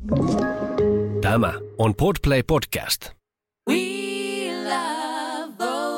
Tämä on Podplay Podcast. We love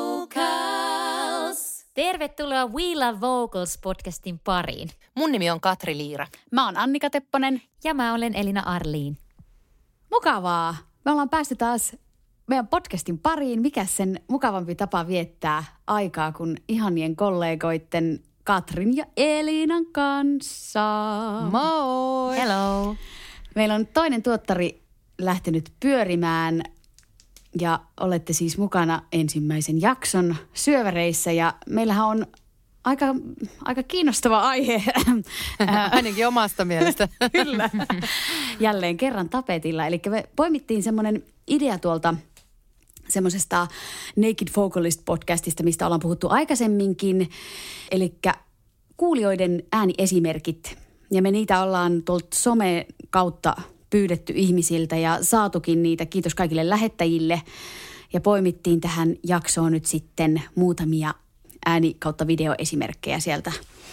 vocals. Tervetuloa We Love Vocals podcastin pariin. Mun nimi on Katri Liira. Mä oon Annika Tepponen. Ja mä olen Elina Arliin. Mukavaa. Me ollaan päästy taas meidän podcastin pariin. Mikä sen mukavampi tapa viettää aikaa kuin ihanien kollegoitten Katrin ja Elinan kanssa. Moi! Hello! Meillä on toinen tuottari lähtenyt pyörimään ja olette siis mukana ensimmäisen jakson syöväreissä ja meillähän on aika kiinnostava aihe. Ainakin omasta mielestä. Kyllä. Jälleen kerran tapetilla. Eli me poimittiin semmoinen idea tuolta semmoisesta Naked Vocalist-podcastista, mistä ollaan puhuttu aikaisemminkin. Eli kuulijoiden ääniesimerkit. Ja me niitä ollaan tuolta some kautta pyydetty ihmisiltä ja saatukin niitä. Kiitos kaikille lähettäjille. Ja poimittiin tähän jaksoon nyt sitten muutamia ääni- kautta videoesimerkkejä sieltä.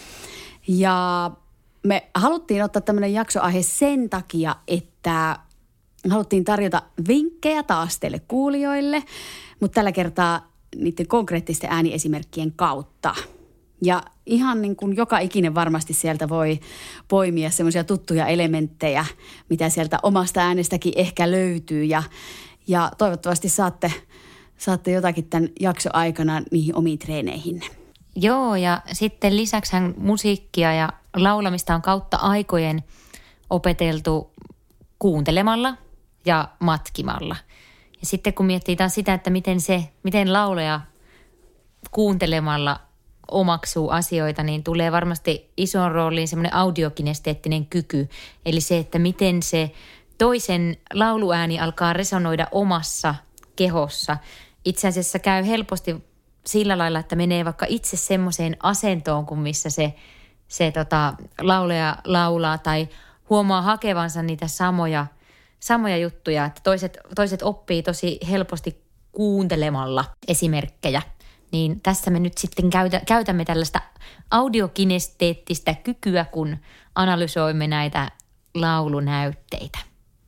Ja me haluttiin ottaa tämmöinen jaksoaihe sen takia, että haluttiin tarjota vinkkejä taas teille kuulijoille, mutta tällä kertaa niiden konkreettisten ääniesimerkkien kautta. Ja ihan niin kuin joka ikinen varmasti sieltä voi poimia semmoisia tuttuja elementtejä, mitä sieltä omasta äänestäkin ehkä löytyy. Ja toivottavasti saatte jotakin tämän jakson aikana niihin omiin treeneihinne. Joo, ja sitten lisäksihän musiikkia ja laulamista on kautta aikojen opeteltu kuuntelemalla ja matkimalla. Ja sitten kun miettii taas sitä, että miten laulaja kuuntelemalla omaksuu asioita, niin tulee varmasti ison rooliin semmoinen audiokinesteettinen kyky. Eli se, että miten se toisen lauluääni alkaa resonoida omassa kehossa. Itse asiassa käy helposti sillä lailla, että menee vaikka itse semmoiseen asentoon, kuin missä se laulaja laulaa tai huomaa hakevansa niitä samoja juttuja, että toiset oppii tosi helposti kuuntelemalla esimerkkejä. Niin tässä me nyt sitten käytämme tällaista audiokinesteettistä kykyä, kun analysoimme näitä laulunäytteitä.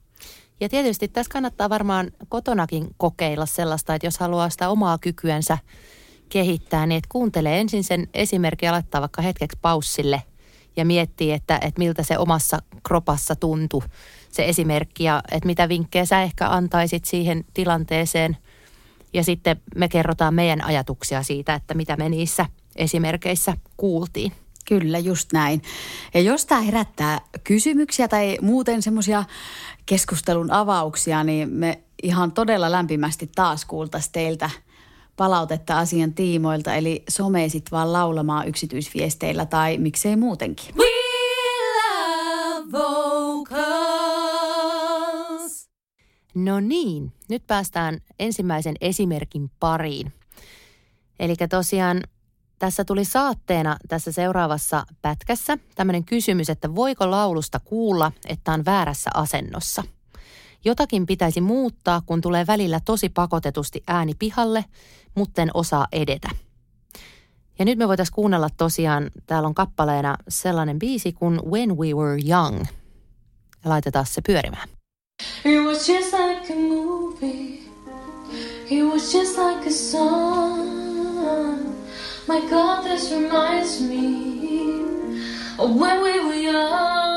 Ja tietysti tässä kannattaa varmaan kotonakin kokeilla sellaista, että jos haluaa sitä omaa kykyänsä kehittää, niin että kuuntelee ensin sen esimerkin ja laittaa vaikka hetkeksi paussille ja miettii, että miltä se omassa kropassa tuntui se esimerkki ja että mitä vinkkejä sä ehkä antaisit siihen tilanteeseen. Ja sitten me kerrotaan meidän ajatuksia siitä, että mitä me niissä esimerkeissä kuultiin. Kyllä, just näin. Ja jos tämä herättää kysymyksiä tai muuten semmoisia keskustelun avauksia, niin me ihan todella lämpimästi taas kuultaisiin teiltä palautetta asian tiimoilta. Eli someisit vaan laulamaan yksityisviesteillä tai miksei muutenkin. We love vocals. No niin, nyt päästään ensimmäisen esimerkin pariin. Eli tosiaan tässä tuli saatteena tässä seuraavassa pätkässä tämmöinen kysymys, että voiko laulusta kuulla, että on väärässä asennossa. Jotakin pitäisi muuttaa, kun tulee välillä tosi pakotetusti ääni pihalle, mutten osaa edetä. Ja nyt me voitaisiin kuunnella tosiaan, täällä on kappaleena sellainen biisi kuin When We Were Young. Ja laitetaan se pyörimään. It was just like a movie. It was just like a song. My God, this reminds me of when we were young.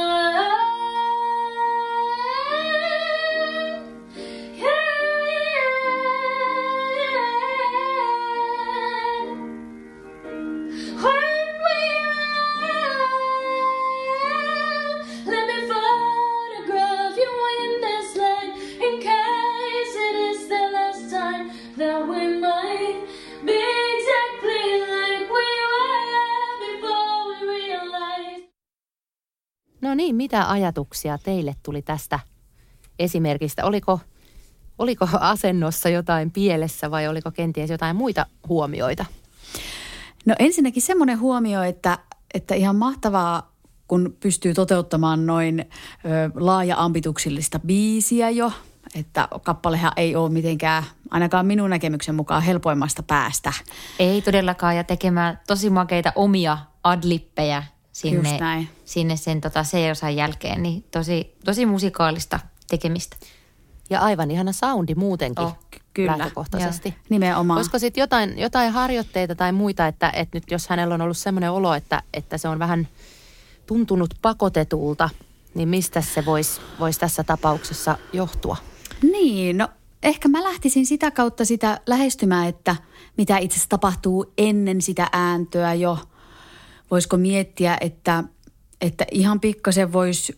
No niin, mitä ajatuksia teille tuli tästä esimerkistä? Oliko asennossa jotain pielessä vai oliko kenties jotain muita huomioita? No ensinnäkin semmoinen huomio, että ihan mahtavaa, kun pystyy toteuttamaan noin laaja-ambituksellista biisiä jo. Että kappalehan ei ole mitenkään, ainakaan minun näkemyksen mukaan, helpoimmasta päästä. Ei todellakaan, ja tekemään tosi makeita omia adlippejä sinne sen C-osan jälkeen. Niin tosi musikaalista tekemistä. Ja aivan ihana soundi muutenkin kyllä, lähtökohtaisesti. Ja, nimenomaan. Olisiko sitten jotain harjoitteita tai muita, että nyt jos hänellä on ollut semmoinen olo, että se on vähän tuntunut pakotetulta, niin mistä se voisi tässä tapauksessa johtua? Niin, no ehkä mä lähtisin sitä kautta sitä lähestymään, että mitä itse asiassa tapahtuu ennen sitä ääntöä jo. Voisiko miettiä, että ihan pikkasen voisi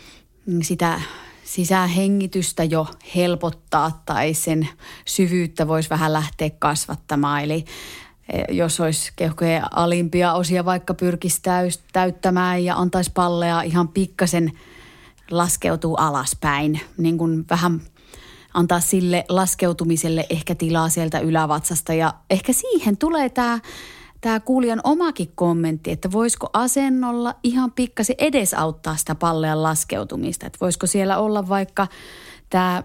sitä sisähengitystä jo helpottaa tai sen syvyyttä voisi vähän lähteä kasvattamaan. Eli jos olisi keuhkojen alimpia osia vaikka pyrkisi täyttämään ja antaisi pallea ihan pikkasen laskeutuu alaspäin, niin kuin vähän antaa sille laskeutumiselle ehkä tilaa sieltä ylävatsasta. Ja ehkä siihen tulee tämä kuulijan omakin kommentti, että voisiko asennolla ihan pikkasen edesauttaa sitä pallean laskeutumista. Että voisiko siellä olla vaikka tämä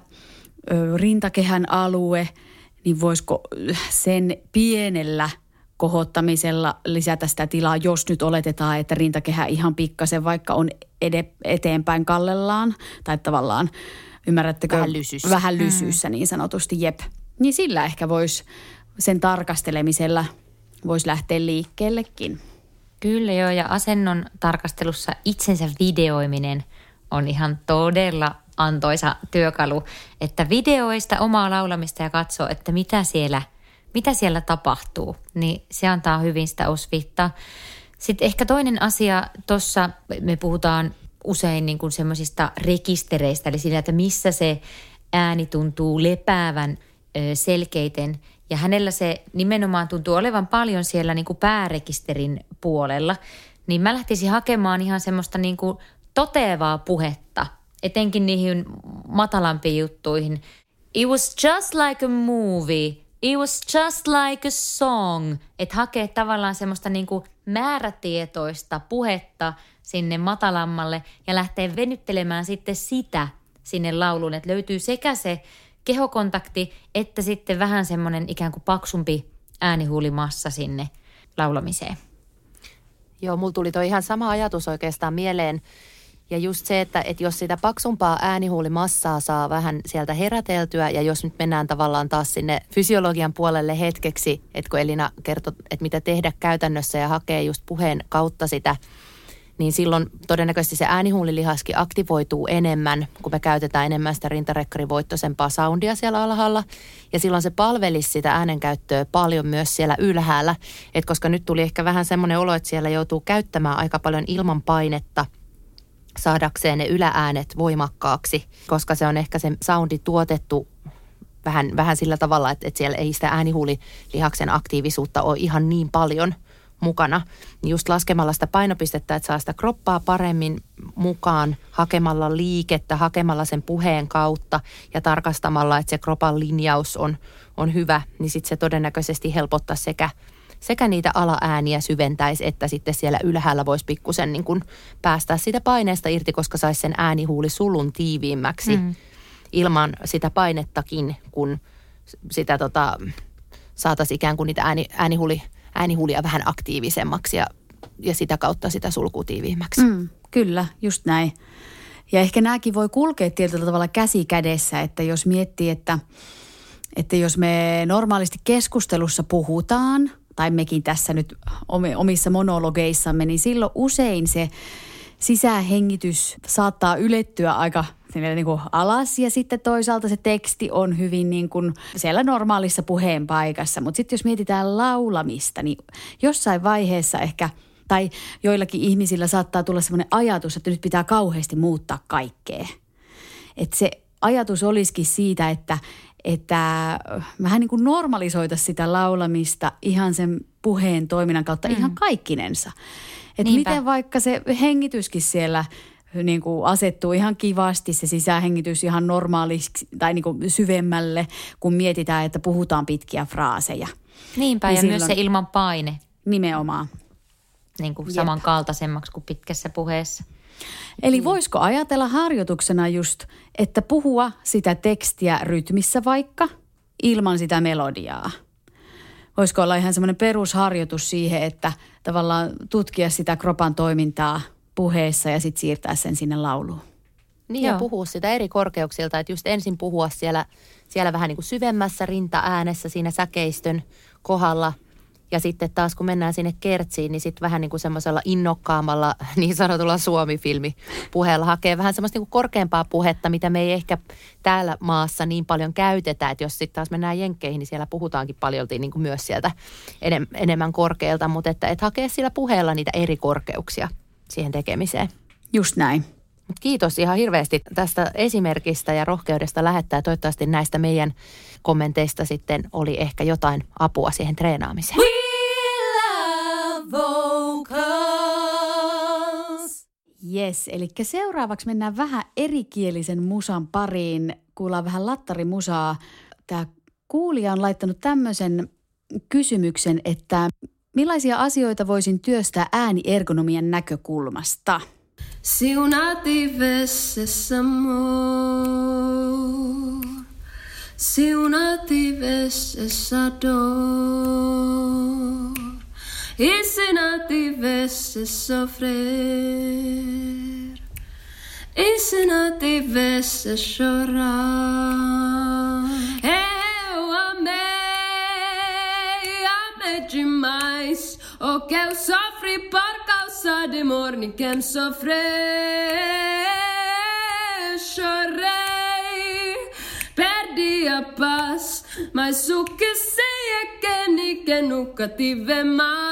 rintakehän alue, niin voisiko sen pienellä kohottamisella lisätä sitä tilaa, jos nyt oletetaan, että rintakehä ihan pikkasen vaikka on eteenpäin kallellaan tai tavallaan, ymmärrättekö? Vähän lysyissä niin sanotusti, jep. Niin sillä ehkä voisi sen tarkastelemisella voisi lähteä liikkeellekin. Kyllä joo, ja asennon tarkastelussa itsensä videoiminen on ihan todella antoisa työkalu, että videoista omaa laulamista ja katsoo, että mitä siellä tapahtuu, niin se antaa hyvin sitä osviittaa. Sitten ehkä toinen asia tuossa, me puhutaan usein niin kuin semmoisista rekistereistä, eli siitä, että missä se ääni tuntuu lepäävän selkeiten. Ja hänellä se nimenomaan tuntuu olevan paljon siellä niin kuin päärekisterin puolella. Niin mä lähtisin hakemaan ihan semmoista niin kuin toteavaa puhetta, etenkin niihin matalampiin juttuihin. It was just like a movie. It was just like a song. Että hakee tavallaan semmoista niin kuin määrätietoista puhetta sinne matalammalle ja lähtee venyttelemään sitten sitä sinne lauluun. Että löytyy sekä se kehokontakti, että sitten vähän semmoinen ikään kuin paksumpi äänihuulimassa sinne laulamiseen. Joo, mulla tuli toi ihan sama ajatus oikeastaan mieleen. Ja just se, että jos sitä paksumpaa äänihuulimassaa saa vähän sieltä heräteltyä ja jos nyt mennään tavallaan taas sinne fysiologian puolelle hetkeksi, että kun Elina kertoi, että mitä tehdä käytännössä ja hakee just puheen kautta sitä, niin silloin todennäköisesti se äänihuulilihaskin aktivoituu enemmän, kun me käytetään enemmän sitä rintarekkarivoittoisempaa soundia siellä alhaalla. Ja silloin se palvelisi sitä äänenkäyttöä paljon myös siellä ylhäällä, että koska nyt tuli ehkä vähän semmoinen olo, että siellä joutuu käyttämään aika paljon ilman painetta saadakseen ne ylääänet voimakkaaksi, koska se on ehkä se soundi tuotettu vähän sillä tavalla, että siellä ei sitä äänihuulilihaksen aktiivisuutta ole ihan niin paljon mukana. Just laskemalla sitä painopistettä, että saa sitä kroppaa paremmin mukaan, hakemalla liikettä, hakemalla sen puheen kautta ja tarkastamalla, että se kropan linjaus on hyvä, niin sitten se todennäköisesti helpottaa sekä niitä alaääniä syventäisi, että sitten siellä ylhäällä voisi pikkusen niin kuin päästää sitä paineesta irti, koska saisi sen äänihuulisulun tiiviimmäksi ilman sitä painettakin, kun sitä saataisiin ikään kuin niitä äänihuulia vähän aktiivisemmaksi ja sitä kautta sitä sulkua tiiviimmäksi. Kyllä, just näin. Ja ehkä nämäkin voi kulkea tietyllä tavalla käsi kädessä, että jos miettii, että jos me normaalisti keskustelussa puhutaan, tai mekin tässä nyt omissa monologeissamme, niin silloin usein se sisähengitys saattaa ylettyä aika niin kuin alas ja sitten toisaalta se teksti on hyvin niin kuin siellä normaalissa puheen paikassa. Mutta sitten jos mietitään laulamista, niin jossain vaiheessa ehkä, tai joillakin ihmisillä saattaa tulla sellainen ajatus, että nyt pitää kauheasti muuttaa kaikkea. Että se ajatus olisikin siitä, että vähän niin kuin normalisoitaisiin sitä laulamista ihan sen puheen toiminnan kautta ihan kaikkinensa. Että miten vaikka se hengityskin siellä niin kuin asettuu ihan kivasti, se sisähengitys ihan normaaliksi tai niin kuin syvemmälle, kun mietitään, että puhutaan pitkiä fraaseja. Niinpä, niin ja silloin, myös se ilman paine. Nimenomaan. Niin kuin samankaltaisemmaksi kuin pitkässä puheessa. Eli voisiko ajatella harjoituksena just, että puhua sitä tekstiä rytmissä vaikka ilman sitä melodiaa? voisiko olla ihan semmoinen perusharjoitus siihen, että tavallaan tutkia sitä kropan toimintaa puheessa ja sitten siirtää sen sinne lauluun. Niin ja puhua sitä eri korkeuksilta, että just ensin puhua siellä vähän niin kuin syvemmässä rintaäänessä siinä säkeistön kohdalla. Ja sitten taas kun mennään sinne kertsiin, niin sitten vähän niin kuin semmoisella innokkaammalla niin sanotulla Suomi-filmi-puheella hakee vähän semmoista niin kuin korkeampaa puhetta, mitä me ei ehkä täällä maassa niin paljon käytetä. Että jos sitten taas mennään jenkkeihin, niin siellä puhutaankin paljolti niin kuin myös sieltä enemmän korkealta. Mutta että hakee sillä puheella niitä eri korkeuksia siihen tekemiseen. Just näin. Mut kiitos ihan hirveästi tästä esimerkistä ja rohkeudesta lähettää. Toivottavasti näistä meidän kommenteista sitten oli ehkä jotain apua siihen treenaamiseen. We love vocals. Yes, eli seuraavaksi mennään vähän erikielisen musan pariin. Kuullaan vähän lattarimusaa. Tämä kuulija on laittanut tämmöisen kysymyksen, että millaisia asioita voisin työstää äänieergonomian näkökulmasta? Siunati vessessä amor, siunati vessessa dor, isinati vessessa frer, isinati vessessa chorar. Eu amei demais, o que eu sofri por causa de amor, ninguém sofreu. Chorei, perdi a paz, mas o que sei é que nunca tive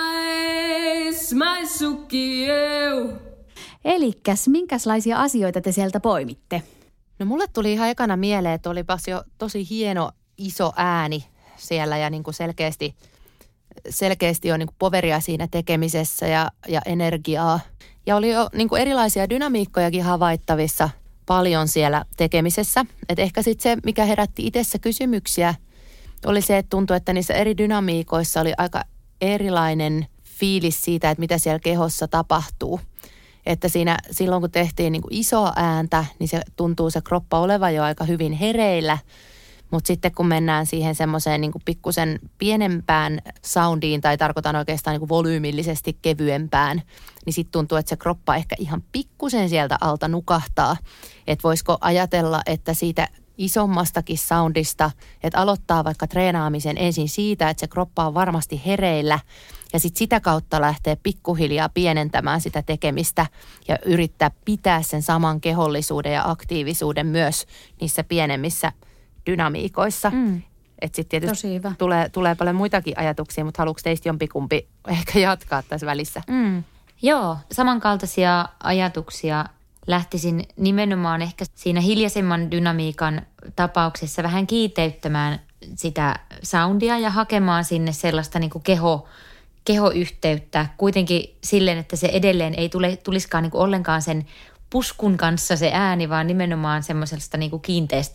mais o que eu. Elikkäs, minkälaisia asioita te sieltä poimitte? No mulle tuli ihan ekana mieleen, että olipas jo tosi hieno iso ääni siellä ja niin kuin selkeästi on niin kuin poveria siinä tekemisessä ja energiaa. Ja oli jo niin kuin erilaisia dynamiikkojakin havaittavissa paljon siellä tekemisessä. Et ehkä sitten se, mikä herätti itsessä kysymyksiä, oli se, että tuntui, että niissä eri dynamiikoissa oli aika erilainen fiilis siitä, että mitä siellä kehossa tapahtuu. Että silloin kun tehtiin niin kuin isoa ääntä, niin se tuntuu se kroppa olevan jo aika hyvin hereillä. Mutta sitten kun mennään siihen semmoiseen niin kuin pikkusen pienempään soundiin, tai tarkoitan oikeastaan niin kuin volyymillisesti kevyempään, niin sitten tuntuu, että se kroppa ehkä ihan pikkusen sieltä alta nukahtaa. Että voisiko ajatella, että siitä isommastakin soundista, että aloittaa vaikka treenaamisen ensin siitä, että se kroppa on varmasti hereillä, ja sitten sitä kautta lähtee pikkuhiljaa pienentämään sitä tekemistä ja yrittää pitää sen saman kehollisuuden ja aktiivisuuden myös niissä pienemmissä dynamiikoissa. Että sitten tietysti tulee paljon muitakin ajatuksia, mutta haluatko teistä jompikumpi ehkä jatkaa tässä välissä? Joo, samankaltaisia ajatuksia lähtisin nimenomaan ehkä siinä hiljaisemman dynamiikan tapauksessa vähän kiinteyttämään sitä soundia ja hakemaan sinne sellaista niin kuin kehoyhteyttä kuitenkin silleen, että se edelleen ei tulisikaan niin kuin ollenkaan sen puskun kanssa se ääni, vaan nimenomaan semmoisesta niin kuin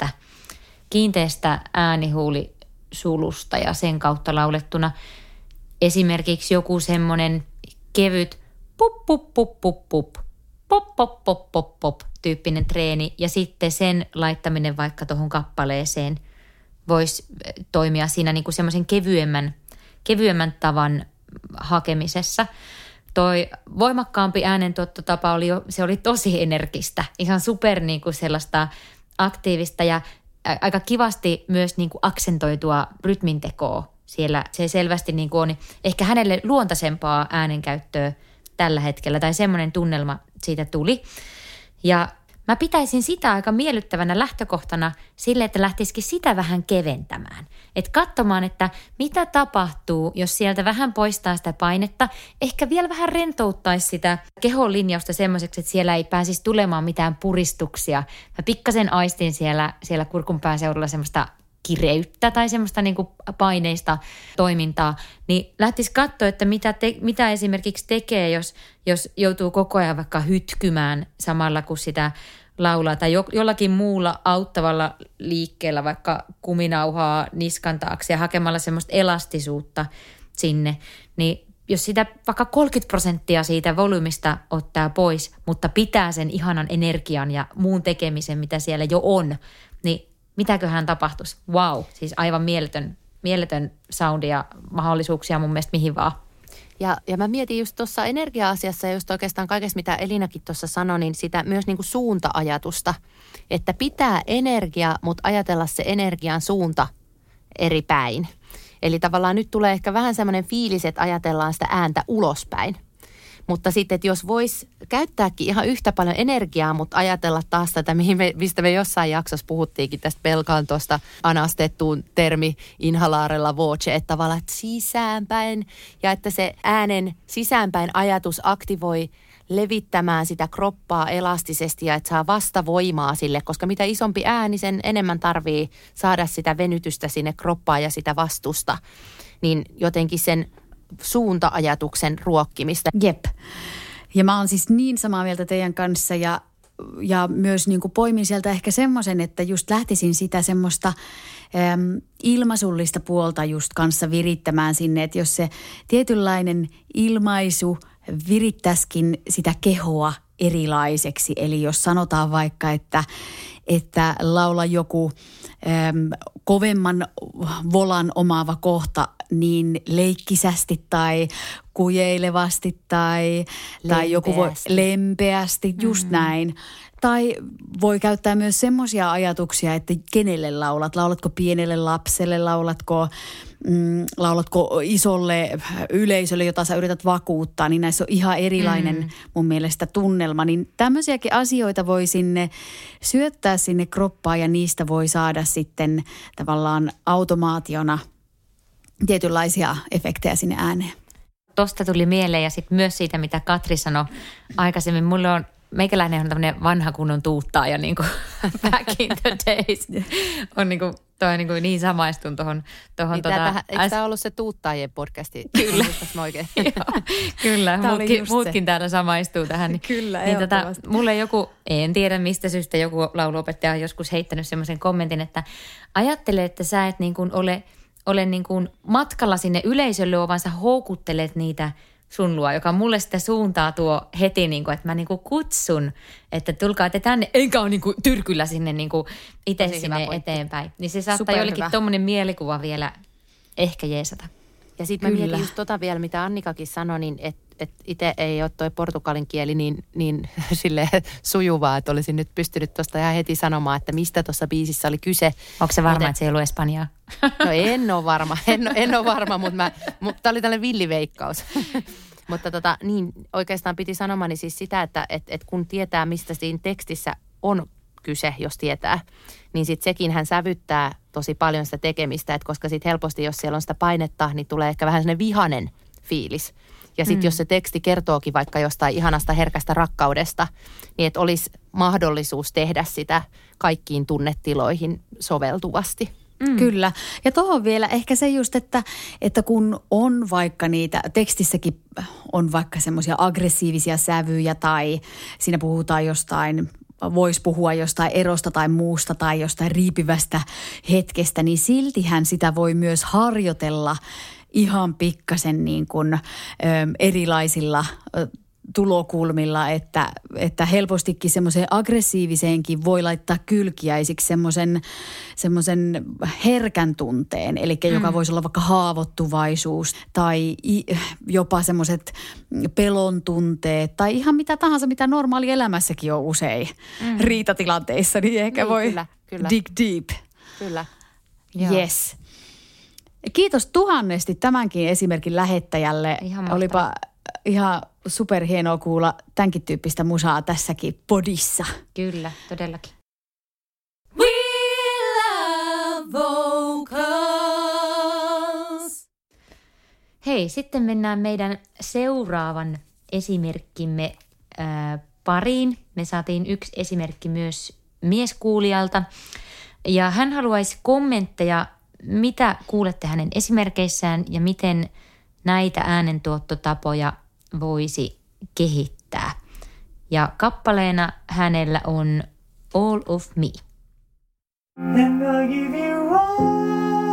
kiinteästä äänihuulisulusta ja sen kautta laulettuna. Esimerkiksi joku semmoinen kevyt pup pup pup pup pup, pop pop pop pop pop tyyppinen treeni ja sitten sen laittaminen vaikka tuohon kappaleeseen voisi toimia siinä niin kuin semmoisen kevyemmän tavan hakemisessa. Toi voimakkaampi äänentuottotapa se oli tosi energistä, ihan super niin kuin sellaista aktiivista ja aika kivasti myös niin kuin aksentoitua rytmintekoa siellä. Se selvästi niin kuin on ehkä hänelle luontaisempaa äänenkäyttöä tällä hetkellä tai semmoinen tunnelma siitä tuli. Ja mä pitäisin sitä aika miellyttävänä lähtökohtana sille, että lähtisikin sitä vähän keventämään. Että katsomaan, että mitä tapahtuu, jos sieltä vähän poistaa sitä painetta. Ehkä vielä vähän rentouttaisi sitä kehon linjausta semmoiseksi, että siellä ei pääsisi tulemaan mitään puristuksia. Mä pikkasen aistin siellä kurkun pääseudulla semmoista kireyttä tai semmoista niin kuin paineista toimintaa, niin lähtisi katsoa, että mitä esimerkiksi tekee, jos joutuu koko ajan vaikka hytkymään samalla kun sitä laulaa tai jollakin muulla auttavalla liikkeellä, vaikka kuminauhaa niskan taakse ja hakemalla semmoista elastisuutta sinne, niin jos sitä vaikka 30% siitä volyymista ottaa pois, mutta pitää sen ihanan energian ja muun tekemisen, mitä siellä jo on, niin mitäköhän tapahtuisi? Wow, siis aivan mieletön mieletön soundi ja mahdollisuuksia mun mielestä mihin vaan. Ja mä mietin just tuossa energia-asiassa ja just oikeastaan kaikessa, mitä Elinakin tuossa sanoi, niin sitä myös niin kuin suunta-ajatusta, että pitää energia, mutta ajatella se energian suunta eri päin. Eli tavallaan nyt tulee ehkä vähän semmoinen fiilis, että ajatellaan sitä ääntä ulospäin. Mutta sitten, että jos vois käyttääkin ihan yhtä paljon energiaa, mutta ajatella taas tätä, mistä me jossain jaksossa puhuttiinkin tästä pelkaan tuosta anastettuun termi inhalaarella voce, että tavallaan että sisäänpäin ja että se äänen sisäänpäin ajatus aktivoi levittämään sitä kroppaa elastisesti ja että saa vastavoimaa sille, koska mitä isompi ääni, sen enemmän tarvii saada sitä venytystä sinne kroppaan ja sitä vastusta, niin jotenkin sen suunta-ajatuksen ruokkimista. Jep. Ja mä oon siis niin samaa mieltä teidän kanssa ja myös niin kuin poimin sieltä ehkä semmoisen, että just lähtisin sitä semmoista ilmaisullista puolta just kanssa virittämään sinne, että jos se tietynlainen ilmaisu virittäisikin sitä kehoa erilaiseksi. Eli jos sanotaan vaikka, että laula joku kovemman volan omaava kohta niin leikkisästi tai kujeilevasti tai joku voi lempeästi, just näin. Tai voi käyttää myös semmoisia ajatuksia, että kenelle laulat. Laulatko pienelle lapselle, laulatko isolle yleisölle, jota sä yrität vakuuttaa, niin näissä on ihan erilainen mun mielestä tunnelma. Niin tämmöisiäkin asioita voi sinne syöttää sinne kroppaan ja niistä voi saada sitten tavallaan automaationa tietynlaisia efektejä sinne ääneen. Tosta tuli mieleen ja sitten myös siitä, mitä Katri sanoi aikaisemmin. Meikäläinen on tämmöinen vanha kunnon tuuttaaja niin kuin back in the days. On niin samaistun tuohon. Eikö tämä ollut se tuuttaajien podcasti? Kyllä. Kyllä, muutkin täällä samaistuu tähän. Kyllä, niin mulle en tiedä mistä syystä joku lauluopettaja on joskus heittänyt semmoisen kommentin, että ajattele, että sä et niin kuin ole niin kuin matkalla sinne yleisölle, vaan sä houkuttelet niitä sun luo, joka mulle sitä suuntaa tuo heti, niin kuin, että mä niin kuin kutsun, että tulkaa te tänne, enkä ole niin kuin tyrkyllä sinne niin kuin itse sinne eteenpäin. Niin se saattaa jollekin tommoinen mielikuva vielä ehkä jeesata. Ja sitten mä mietin just vielä, mitä Annikakin sanoi, niin että itse ei ole toi portugalin kieli niin sille sujuvaa, että olisin nyt pystynyt tuosta ihan heti sanomaan, että mistä tuossa biisissä oli kyse. Onko se varma, että se ei ollut espanjaa? No en ole varma, mutta tämä oli tällainen villiveikkaus. Mutta niin oikeastaan piti sanomani siis sitä, että kun tietää, mistä siinä tekstissä on kyse, jos tietää, niin sitten sekin hän sävyttää tosi paljon sitä tekemistä, että koska sitten helposti, jos siellä on sitä painetta, niin tulee ehkä vähän sellainen vihanen fiilis. Ja sitten jos se teksti kertookin vaikka jostain ihanasta herkästä rakkaudesta, niin että olisi mahdollisuus tehdä sitä kaikkiin tunnetiloihin soveltuvasti. Kyllä. Ja tuohon vielä ehkä se just, että kun on vaikka niitä, tekstissäkin on vaikka semmoisia aggressiivisia sävyjä tai siinä puhutaan jostain, voisi puhua jostain erosta tai muusta tai jostain riipivästä hetkestä, niin siltihän sitä voi myös harjoitella ihan pikkasen niin kuin erilaisilla tulokulmilla, että helpostikin semmoiseen aggressiiviseenkin voi laittaa kylkiäisiksi semmoisen herkän tunteen, eli joka voisi olla vaikka haavoittuvaisuus tai jopa semmoiset pelon tunteet tai ihan mitä tahansa, mitä normaali elämässäkin on usein riitatilanteissa, niin ehkä niin, voi kyllä. Dig deep. Kyllä. Yes. Kiitos tuhannesti tämänkin esimerkin lähettäjälle. Olipa ihan superhienoa kuulla tämänkin tyyppistä musaa tässäkin podissa. Kyllä, todellakin. We love vocals. Hei, sitten mennään meidän seuraavan esimerkkimme pariin. Me saatiin yksi esimerkki myös mieskuulijalta. Ja hän haluaisi kommentteja, mitä kuulette hänen esimerkeissään ja miten näitä äänentuottotapoja voisi kehittää. Ja kappaleena hänellä on All of Me. And I'll give you all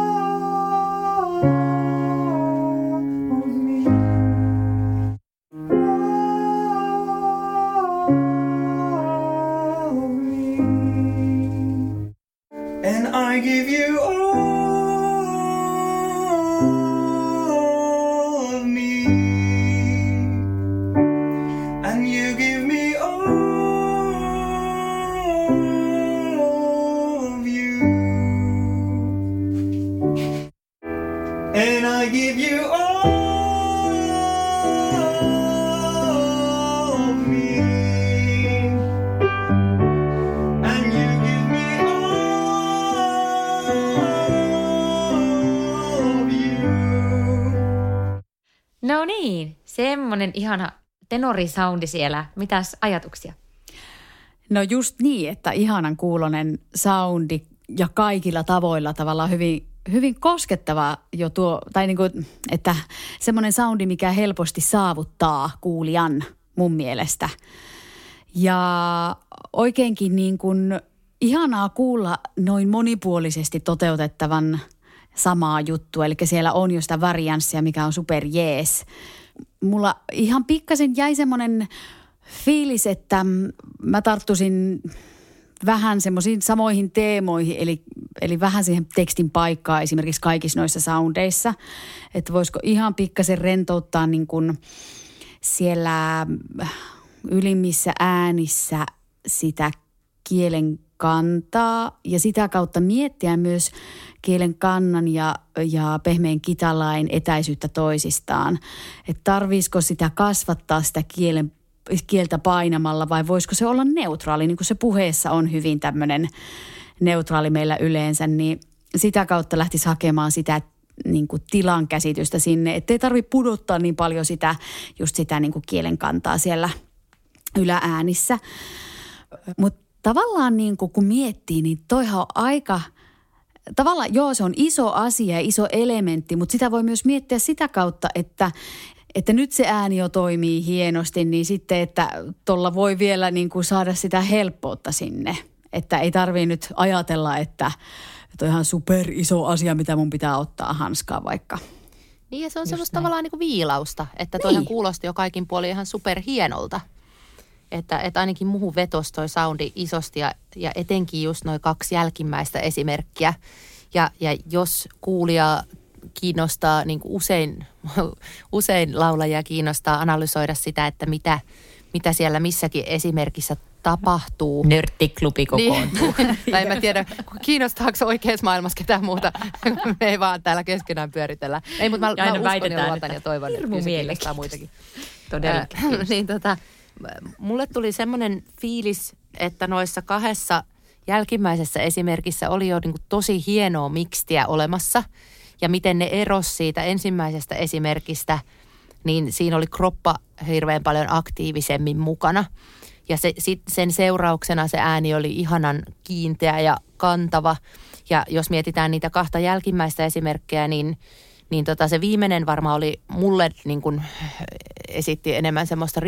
of me. All of me. And I give you all I give you all of me, and you give me all of you. No niin, semmonen ihana tenorisoundi siellä. Mitäs ajatuksia? No just niin, että ihanan kuulonen soundi ja kaikilla tavoilla tavallaan hyvin koskettava jo tuo, tai niin kuin, että semmoinen soundi, mikä helposti saavuttaa kuulijan mun mielestä. Ja oikeinkin niin kuin ihanaa kuulla noin monipuolisesti toteutettavan samaa juttua, eli siellä on jo sitä varianssia, mikä on super jees. Mulla ihan pikkasen jäi semmoinen fiilis, että mä tarttuisin vähän semmoisiin samoihin teemoihin, eli vähän siihen tekstin paikkaa esimerkiksi kaikissa noissa soundeissa. Että voisiko ihan pikkasen rentouttaa niin kuin siellä ylimmissä äänissä sitä kielen kantaa ja sitä kautta miettiä myös kielen kannan ja pehmeän kitalain etäisyyttä toisistaan. Että tarviisiko sitä kasvattaa sitä kieltä painamalla vai voisiko se olla neutraali, niin kuin se puheessa on hyvin tämmöinen neutraali meillä yleensä, niin sitä kautta lähtisi hakemaan sitä niin kuin tilan käsitystä sinne, ettei tarvitse pudottaa niin paljon just sitä niin kuin kielen kantaa siellä ylääänissä. Mutta tavallaan niin kuin kun miettii, niin toihan on aika, tavallaan joo se on iso asia ja iso elementti, mutta sitä voi myös miettiä sitä kautta, että nyt se ääni jo toimii hienosti, niin sitten, että tuolla voi vielä niin kuin saada sitä helppoutta sinne. Että ei tarvitse nyt ajatella, että on ihan super iso asia, mitä mun pitää ottaa hanskaa vaikka. Niin ja se on semmoista tavallaan niin kuin viilausta, että toihan kuulosti jo kaikin puolin ihan superhienolta. Että ainakin muuhun vetosi toi soundi isosti ja etenkin just noi 2 jälkimmäistä esimerkkiä. Ja jos kuulija kiinnostaa, niin kuin usein laulajia kiinnostaa analysoida sitä, että mitä siellä missäkin esimerkissä tapahtuu. Nörttiklubi kokoontuu. Niin, tai en mä tiedä, kiinnostaako oikeassa maailmassa ketään muuta. Me ei vaan täällä keskenään pyöritellä. Ei, mutta mä uskon ja luotan ja toivon, että se kiinnostaa muitakin. Todellakin. Niin mulle tuli semmoinen fiilis, että noissa 2 jälkimmäisessä esimerkissä oli jo niin kuin tosi hienoa mikstiä olemassa. Ja miten ne erosi siitä ensimmäisestä esimerkistä, niin siinä oli kroppa hirveän paljon aktiivisemmin mukana. Ja sen seurauksena se ääni oli ihanan kiinteä ja kantava. Ja jos mietitään niitä 2 jälkimmäistä esimerkkejä, niin se viimeinen varmaan oli mulle niin kuin esitti enemmän semmoista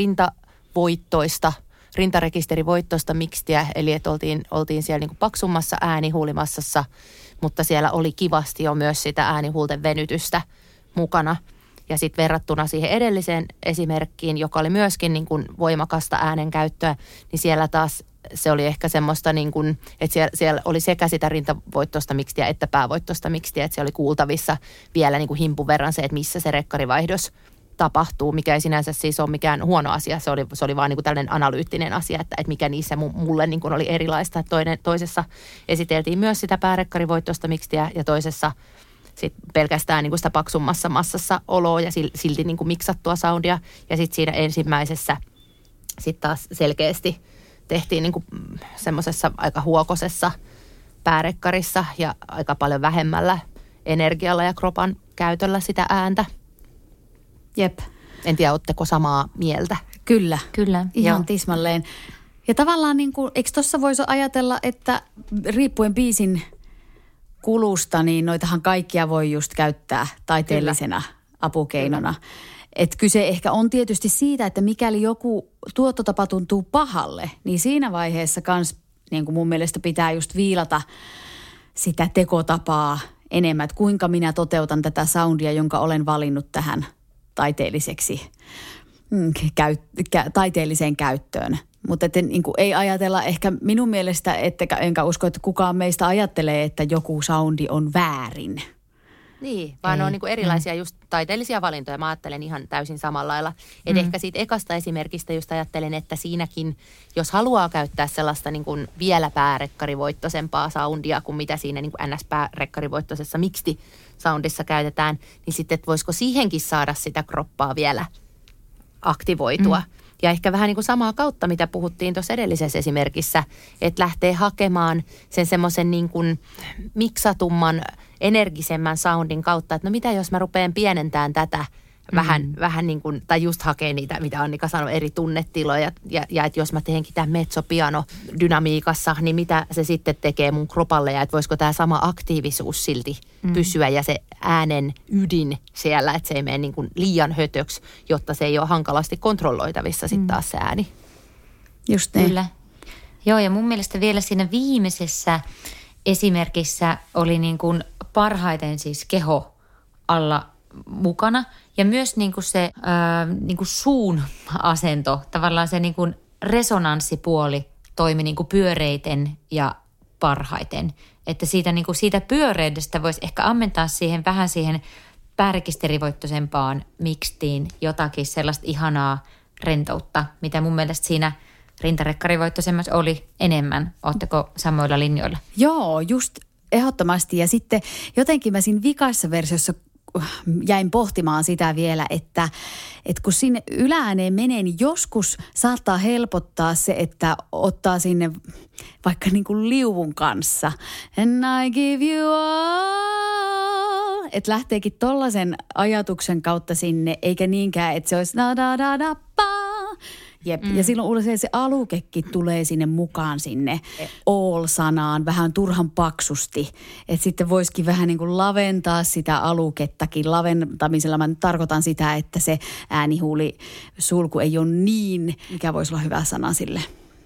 rintarekisterivoittoista mikstiä. Eli että oltiin siellä niin kuin paksummassa äänihuulimassassa, mutta siellä oli kivasti jo myös sitä äänihuulten venytystä mukana. Ja sitten verrattuna siihen edelliseen esimerkkiin, joka oli myöskin niin kuin voimakasta äänenkäyttöä, niin siellä taas se oli ehkä semmoista, niin kuin, että siellä oli sekä sitä rintavoittoista mikstiä että päävoittoista mikstiä, että siellä oli kuultavissa vielä niin kuin himpun verran se, että missä se rekkarivaihdos tapahtuu, mikä ei sinänsä siis ole mikään huono asia. Se oli vaan niin kuin tällainen analyyttinen asia, että mikä niissä mulle niin kuin oli erilaista. Että toisessa esiteltiin myös sitä päärekkarivoittoista mikstiä ja toisessa sitten pelkästään niin kuin sitä paksummassa massassa oloa ja silti niin kuin miksattua soundia. Ja sitten siinä ensimmäisessä sitten taas selkeästi tehtiin niin kuin semmoisessa aika huokosessa päärekkarissa ja aika paljon vähemmällä energialla ja kropan käytöllä sitä ääntä. Jep. En tiedä, ootteko samaa mieltä? Kyllä. Ihan joo. tismalleen. Ja tavallaan niin kuin, eikö tuossa voisi ajatella, että riippuen biisin kulusta, niin noitahan kaikkia voi just käyttää taiteellisena apukeinona. Että kyse ehkä on tietysti siitä, että mikäli joku tuottotapa tuntuu pahalle, niin siinä vaiheessa kans niin kuin mun mielestä pitää just viilata sitä tekotapaa enemmän, että kuinka minä toteutan tätä soundia, jonka olen valinnut tähän taiteelliseksi taiteelliseen käyttöön. Mutta niin ei ajatella ehkä minun mielestä, enkä usko, että kukaan meistä ajattelee, että joku soundi on väärin. Niin, vaan ne on niin kuin erilaisia just taiteellisia valintoja. Mä ajattelen ihan täysin samalla lailla. Että ehkä siitä ekasta esimerkistä just ajattelen, että siinäkin, jos haluaa käyttää sellaista niin kuin vielä päärekkarivoittoisempaa soundia kuin mitä siinä niin kuin NS-päärekkarivoittoisessa mixti-soundissa käytetään, niin sitten, että voisiko siihenkin saada sitä kroppaa vielä aktivoitua. Ja ehkä vähän niin kuin samaa kautta, mitä puhuttiin tuossa edellisessä esimerkissä, että lähtee hakemaan sen semmoisen niin kuin miksatumman, energisemmän soundin kautta, että no mitä jos mä rupean pienentämään tätä vähän niin kuin, tai just hakee niitä, mitä Annika sanoi, eri tunnetiloja, ja että jos mä teenkin tämän mezzo-piano dynamiikassa, niin mitä se sitten tekee mun kropalle, ja että voisiko tämä sama aktiivisuus silti pysyä, ja se äänen ydin siellä, että se ei mene niin kuin liian hötöksi, jotta se ei ole hankalasti kontrolloitavissa sitten taas se ääni. Just niin. Kyllä. Joo, ja mun mielestä vielä siinä viimeisessä esimerkissä oli niin kuin parhaiten siis keho alla mukana. Ja myös niin kuin se niin kuin suun asento, tavallaan se niin kuin resonanssipuoli toimi niin kuin pyöreiten ja parhaiten. Että siitä, niin kuin siitä pyöreydestä voisi ehkä ammentaa siihen vähän siihen päärekisterivoittoisempaan mikstiin jotakin sellaista ihanaa rentoutta, mitä mun mielestä siinä rintarekkarivoittoisemmassa oli enemmän. Ootteko samoilla linjoilla? Joo, just ehdottomasti. Ja sitten jotenkin mä siinä vikaisessa versiossa jäin pohtimaan sitä vielä, että kun sinne ylääneen menee, niin joskus saattaa helpottaa se, että ottaa sinne vaikka niin kuin liuvun kanssa. And I give you all. Että lähteekin tollaisen ajatuksen kautta sinne, eikä niinkään, että se olisi Jep. Ja silloin usein se alukekin tulee sinne mukaan sinne all-sanaan vähän turhan paksusti. Että sitten voisikin vähän niin kuin laventaa sitä alukettakin. Laventamisella mä tarkoitan sitä, että se äänihuulisulku ei ole niin, mikä voisi olla hyvä sana sille.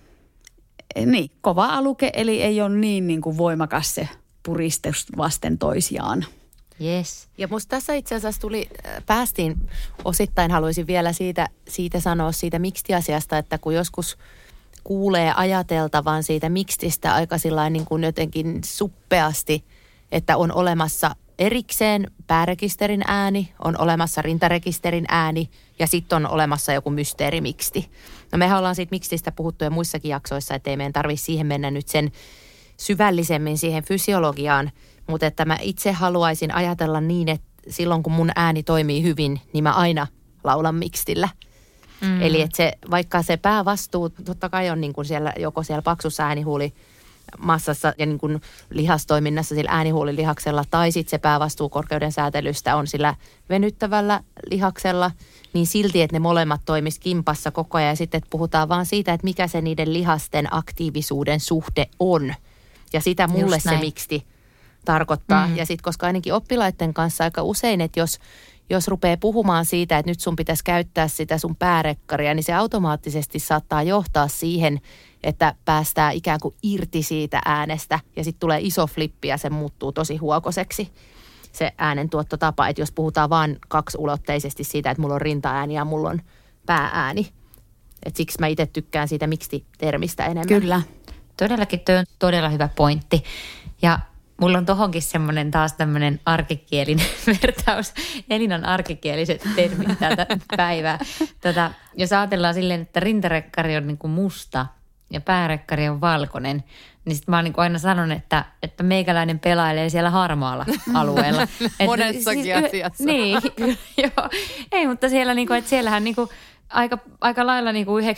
Niin, kova aluke, eli ei ole niin kuin voimakas se puristus vasten toisiaan. Yes. Ja musta tässä itse asiassa päästiin osittain, haluaisin vielä siitä sanoa siitä mikstiasiasta, että kun joskus kuulee ajateltavan siitä mikstistä aika sillain niin kuin jotenkin suppeasti, että on olemassa erikseen päärekisterin ääni, on olemassa rintarekisterin ääni ja sitten on olemassa joku mysteerimiksti. No mehän ollaan siitä mikstistä puhuttu jo muissakin jaksoissa, ettei meidän tarvitse siihen mennä nyt sen syvällisemmin siihen fysiologiaan, mutta että mä itse haluaisin ajatella niin, että silloin kun mun ääni toimii hyvin, niin mä aina laulan mikstillä. Eli että se, vaikka se päävastuu totta kai on niin kuin siellä, joko siellä paksussa äänihuulimassassa ja niin kuin lihastoiminnassa sillä äänihuulilihaksella, tai sitten se päävastuu korkeuden säätelystä on sillä venyttävällä lihaksella, niin silti, että ne molemmat toimis kimpassa koko ajan. Ja sitten että puhutaan vaan siitä, että mikä se niiden lihasten aktiivisuuden suhde on. Ja sitä mulle se miksti tarkoittaa. Ja sitten, koska ainakin oppilaiden kanssa aika usein, että jos rupeaa puhumaan siitä, että nyt sun pitäisi käyttää sitä sun päärekkaria, niin se automaattisesti saattaa johtaa siihen, että päästään ikään kuin irti siitä äänestä ja sitten tulee iso flippi ja se muuttuu tosi huokoseksi se äänentuottotapa. Että jos puhutaan vaan kaksiulotteisesti siitä, että mulla on rintaääni ja mulla on pääääni. Että siksi mä itse tykkään siitä miksi-termistä enemmän. Kyllä. Todellakin tuo on todella hyvä pointti. Ja mulla on tohonkin semmoinen taas tämmöinen arkikielinen vertaus. Elinan arkikieliset termit tältä päivää. Jos ajatellaan silleen, että rintarekkari on niin kuin musta ja päärekkari on valkoinen, niin sitten mä oon niin kuin aina sanon, että meikäläinen pelailee siellä harmaalla alueella. Monessakin asiassa. Niin, joo. Ei, mutta siellä niin kuin, että siellähän niin kuin aika lailla niin kuin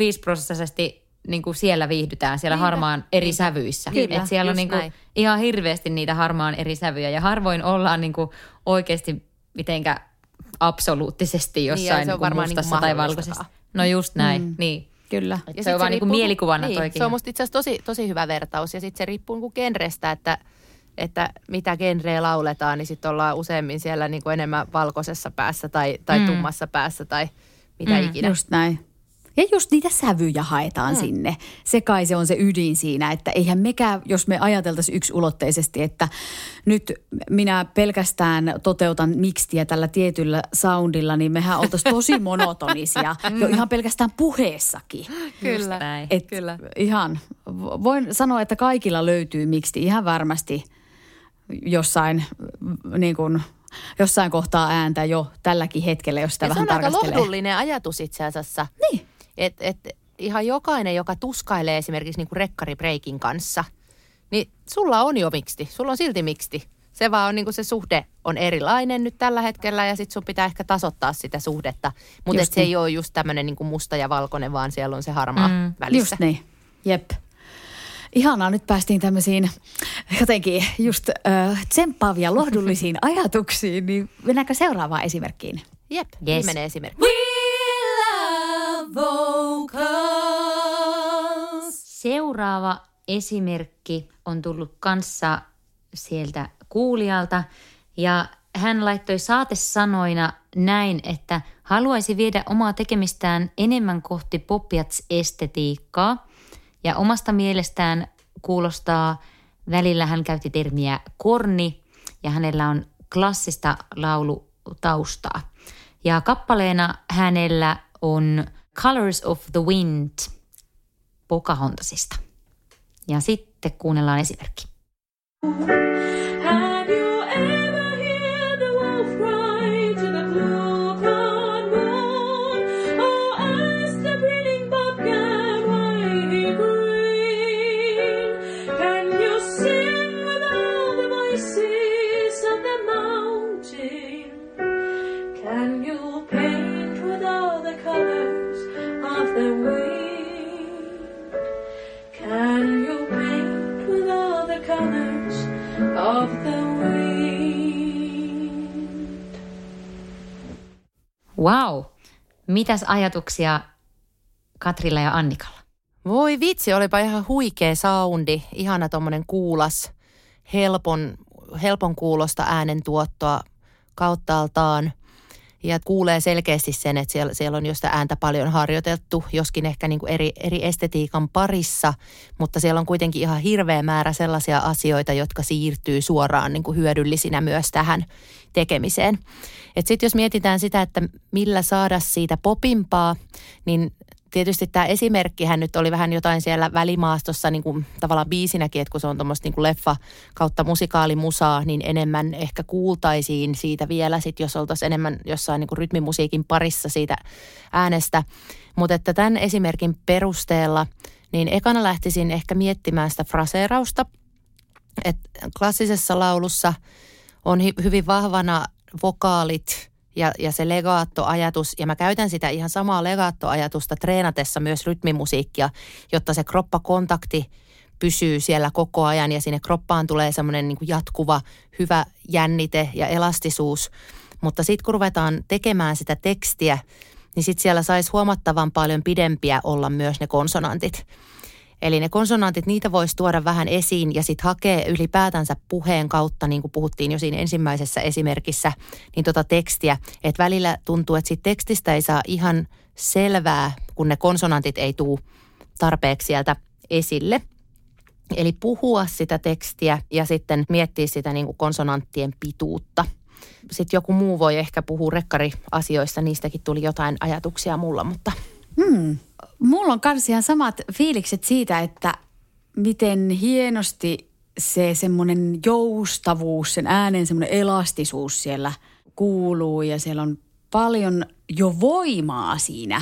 95% niin kuin siellä viihdytään, siellä harmaan eri sävyissä. Kyllä, että siellä on niin kuin ihan hirveästi niitä harmaan eri sävyjä ja harvoin ollaan niin kuin oikeasti mitenkä absoluuttisesti jossain niin, niin mustassa tai valkoisessa. No just näin, niin. Kyllä. Ja se on vaan niin kuin mielikuvana niin, toikin. Se on musta itse asiassa tosi hyvä vertaus ja sitten se riippuu niin genrestä, että mitä genreä lauletaan, niin sitten ollaan useammin siellä niin kuin enemmän valkoisessa päässä tai tummassa päässä tai mitä ikinä. Just näin. Ja just niitä sävyjä haetaan sinne. Se kai se on se ydin siinä, että eihän mekään, jos me ajateltaisiin yksiulotteisesti, että nyt minä pelkästään toteutan mikstiä tällä tietyllä soundilla, niin mehän oltaisiin tosi monotonisia jo ihan pelkästään puheessakin. Kyllä, kyllä. Ihan, voin sanoa, että kaikilla löytyy miksti ihan varmasti jossain niin kuin jossain kohtaa ääntä jo tälläkin hetkellä, jos sitä vähän tarkastelee. Se on aika lohdullinen ajatus itse asiassa. Niin. Et ihan jokainen, joka tuskailee esimerkiksi niin kuin rekkaribreikin kanssa, niin sulla on jo miksti. Sulla on silti miksti. Se vaan on niin kuin se suhde on erilainen nyt tällä hetkellä ja sitten sun pitää ehkä tasoittaa sitä suhdetta. Mutta se ei ole just tämmöinen niin kuin musta ja valkoinen, vaan siellä on se harmaa välissä. Just niin, jep. Ihanaa, nyt päästiin tämmöisiin jotenkin just tsemppaavia, lohdullisiin ajatuksiin, niin mennäänkö seuraavaan esimerkkiin? Jep, Yes. viimeinen esimerkki. We love vocals. Seuraava esimerkki on tullut kanssa sieltä kuulijalta ja hän laittoi saatesanoina näin, että haluaisi viedä omaa tekemistään enemmän kohti popiats-estetiikkaa ja omasta mielestään kuulostaa, välillä hän käytti termiä korni ja hänellä on klassista laulutaustaa. Ja kappaleena hänellä on Colors of the Wind Pocahontasista. Ja sitten kuunnellaan esimerkki. Have you ever heard the wolf cry to the blue-crowned moon? Or asked the breeding bobcat why he green? Can you sing with all the voices of the mountain? Can you paint with all the colors of the wind? Can you paint with all the colors of the wind? Wow! Mitäs ajatuksia Katrilla ja Annikalla? Voi vitsi, olipa ihan huikea soundi. Ihana tommonen kuulas, helpon kuulosta äänentuottoa kauttaaltaan. Ja kuulee selkeästi sen, että siellä on jo sitä ääntä paljon harjoiteltu, joskin ehkä niin kuin eri estetiikan parissa, mutta siellä on kuitenkin ihan hirveä määrä sellaisia asioita, jotka siirtyy suoraan niin kuin hyödyllisinä myös tähän tekemiseen. Sitten jos mietitään sitä, että millä saada siitä popimpaa, niin tietysti tämä esimerkkihän nyt oli vähän jotain siellä välimaastossa niin kuin tavallaan biisinäkin, että kun se on tuommoista niin kuin leffa kautta musikaalimusaa, niin enemmän ehkä kuultaisiin siitä vielä sit, jos oltaisiin enemmän jossain niin kuin rytmimusiikin parissa siitä äänestä. Mutta että tämän esimerkin perusteella, niin ekana lähtisin ehkä miettimään sitä fraseerausta, että klassisessa laulussa on hyvin vahvana vokaalit ja se legaattoajatus, ja mä käytän sitä ihan samaa legaattoajatusta treenatessa myös rytmimusiikkia, jotta se kroppakontakti pysyy siellä koko ajan ja sinne kroppaan tulee semmoinen niin kuin jatkuva hyvä jännite ja elastisuus. Mutta sitten kun ruvetaan tekemään sitä tekstiä, niin sitten siellä saisi huomattavan paljon pidempiä olla myös ne konsonantit. Eli ne konsonantit, niitä voisi tuoda vähän esiin ja sitten hakea ylipäätänsä puheen kautta, niin kuin puhuttiin jo siinä ensimmäisessä esimerkissä, niin tekstiä. Että välillä tuntuu, että siitä tekstistä ei saa ihan selvää, kun ne konsonantit ei tule tarpeeksi sieltä esille. Eli puhua sitä tekstiä ja sitten miettiä sitä niin kuin konsonanttien pituutta. Sitten joku muu voi ehkä puhua rekkariasioista, niistäkin tuli jotain ajatuksia mulla, mutta... Mulla on kans ihan samat fiilikset siitä, että miten hienosti se semmoinen joustavuus, sen äänen semmoinen elastisuus siellä kuuluu ja siellä on paljon jo voimaa siinä